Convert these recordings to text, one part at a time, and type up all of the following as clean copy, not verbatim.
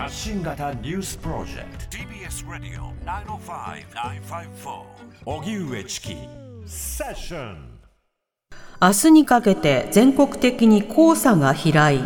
発信型ニュースプロジェクト TBS ラディオ905-954 荻上チキセッション。 明日にかけて全国的に黄砂が飛来。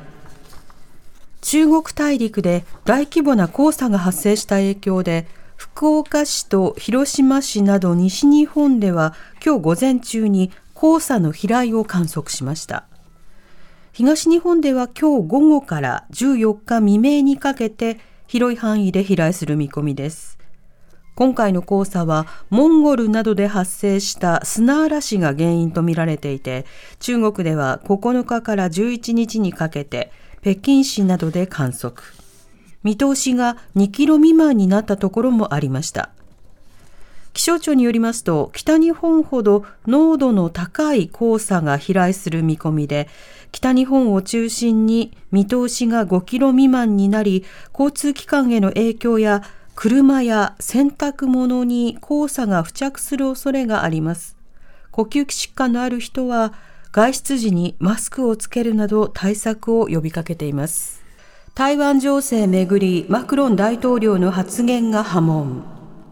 中国大陸で大規模な黄砂が発生した影響で、福岡市と広島市など西日本では今日午前中に黄砂の飛来を観測しました。東日本では今日午後から14日未明にかけて広い範囲で飛来する見込みです。今回の黄砂はモンゴルなどで発生した砂嵐が原因とみられていて、中国では9日から11日にかけて北京市などで観測。見通しが2キロ未満になったところもありました。気象庁によりますと、北日本ほど濃度の高い黄砂が飛来する見込みで、北日本を中心に見通しが5キロ未満になり、交通機関への影響や車や洗濯物に黄砂が付着する恐れがあります。呼吸器疾患のある人は外出時にマスクをつけるなど対策を呼びかけています。台湾情勢めぐりマクロン大統領の発言が波紋。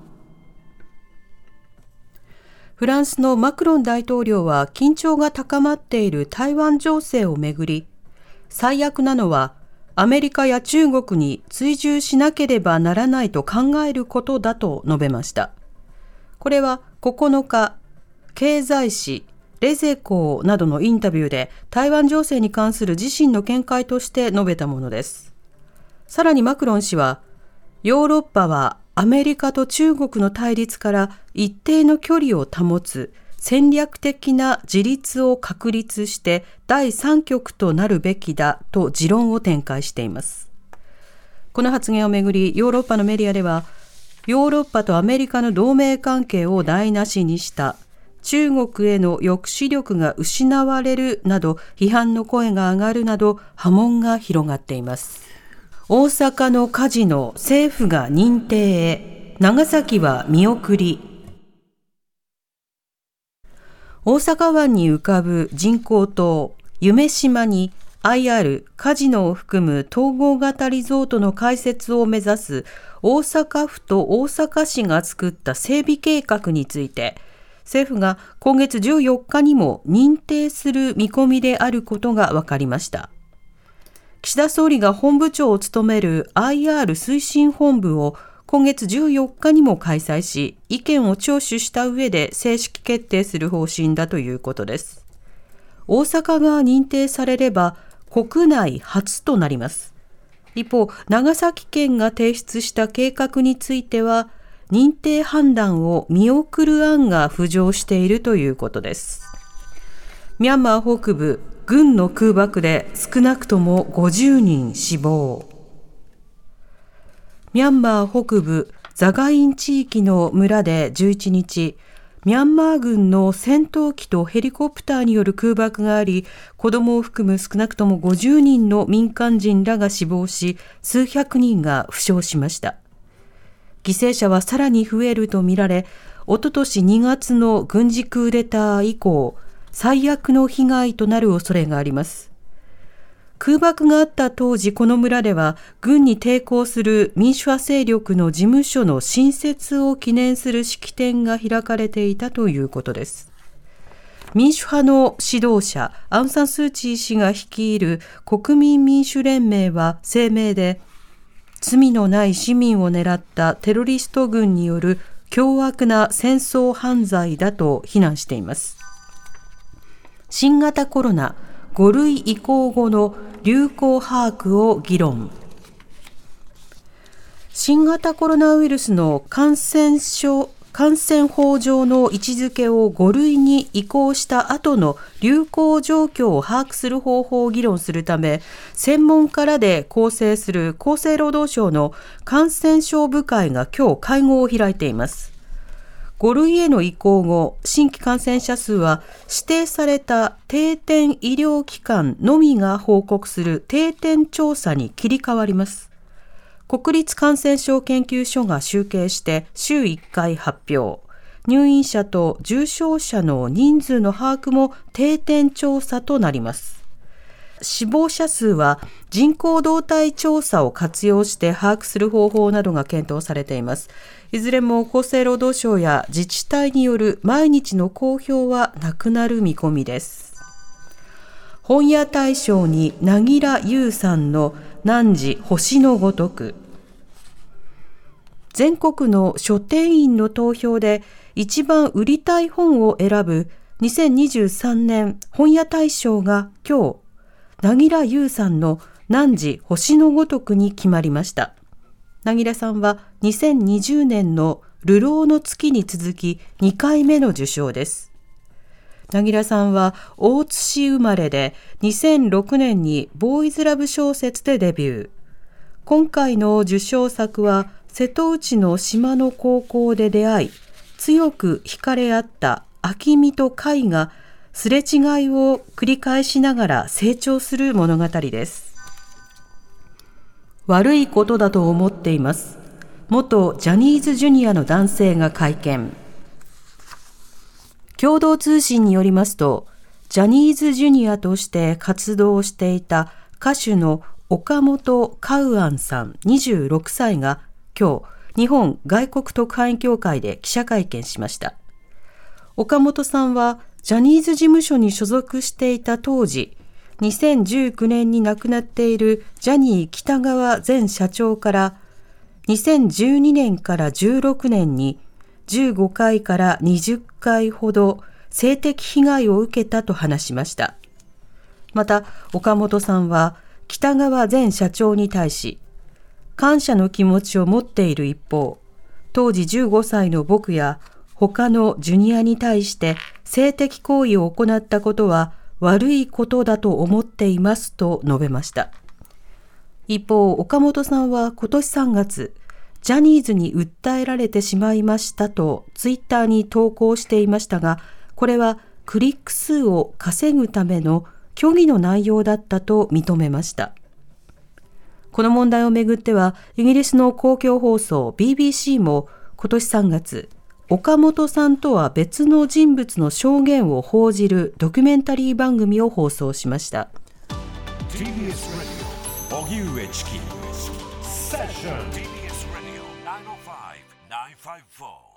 フランスのマクロン大統領は緊張が高まっている台湾情勢をめぐり、最悪なのはアメリカや中国に追従しなければならないと考えることだと述べました。これは9日、経済誌レゼコーなどのインタビューで台湾情勢に関する自身の見解として述べたものです。さらにマクロン氏は、ヨーロッパはアメリカと中国の対立から一定の距離を保つ戦略的な自立を確立して第三極となるべきだと持論を展開しています。この発言をめぐりヨーロッパのメディアでは、ヨーロッパとアメリカの同盟関係を台無しにした中国への抑止力が失われるなど批判の声が上がるなど波紋が広がっています。大阪のカジノ、政府が認定へ、長崎は見送り。大阪湾に浮かぶ人工島、夢洲に IR カジノを含む統合型リゾートの開設を目指す大阪府と大阪市が作った整備計画について、政府が今月14日にも認定する見込みであることが分かりました。岸田総理が本部長を務める IR 推進本部を今月14日にも開催し、意見を聴取した上で正式決定する方針だということです。大阪が認定されれば国内初となります。一方、長崎県が提出した計画については、認定判断を見送る案が浮上しているということです。ミャンマー北部、軍の空爆で少なくとも50人死亡。ミャンマー北部ザガイン地域の村で11日、ミャンマー軍の戦闘機とヘリコプターによる空爆があり、子供を含む少なくとも50人の民間人らが死亡し、数百人が負傷しました。犠牲者はさらに増えるとみられ、おととし2月の軍事クーデター以降、最悪の被害となる恐れがあります。空爆があった当時、この村では軍に抵抗する民主派勢力の事務所の新設を記念する式典が開かれていたということです。民主派の指導者アウン・サン・スー・チー氏が率いる国民民主連盟は声明で、罪のない市民を狙ったテロリスト軍による凶悪な戦争犯罪だと非難しています。新型コロナ5類移行後の流行把握を議論。新型コロナウイルスの感染法上の位置づけを5類に移行した後の流行状況を把握する方法を議論するため、専門家らで構成する厚生労働省の感染症部会が今日会合を開いています。5類への移行後、新規感染者数は指定された定点医療機関のみが報告する定点調査に切り替わります。国立感染症研究所が集計して週1回発表。入院者と重症者の人数の把握も定点調査となります。死亡者数は人口動態調査を活用して把握する方法などが検討されています。いずれも厚生労働省や自治体による毎日の公表はなくなる見込みです。本屋大賞に凪良ゆうさんの汝、星のごとく。全国の書店員の投票で一番売りたい本を選ぶ2023年本屋大賞が今日、凪良ゆうさんの汝、星のごとくに決まりました。凪良さんは2020年の流浪の月に続き2回目の受賞です。凪良さんは大津市生まれで2006年にボーイズラブ小説でデビュー。今回の受賞作は瀬戸内の島の高校で出会い、強く惹かれ合った明美と海がすれ違いを繰り返しながら成長する物語です。悪いことだと思っています。元ジャニーズジュニアの男性が会見。共同通信によりますと、ジャニーズジュニアとして活動していた歌手の岡本カウアンさん26歳が今日、日本外国特派員協会で記者会見しました。岡本さんはジャニーズ事務所に所属していた当時、2019年に亡くなっているジャニー喜多川前社長から2012年から16年に15回から20回ほど性的被害を受けたと話しました。また岡本さんは喜多川前社長に対し感謝の気持ちを持っている一方、当時15歳の僕や他のジュニアに対して性的行為を行ったことは悪いことだと思っていますと述べました。一方、岡本さんは今年3月、ジャニーズに訴えられてしまいましたとツイッターに投稿していましたが、これはクリック数を稼ぐための虚偽の内容だったと認めました。この問題をめぐっては、イギリスの公共放送 BBC も今年3月、岡本さんとは別の人物の証言を報じるドキュメンタリー番組を放送しました。 TBS Radio 荻上チキセッション TBS Radio 905-954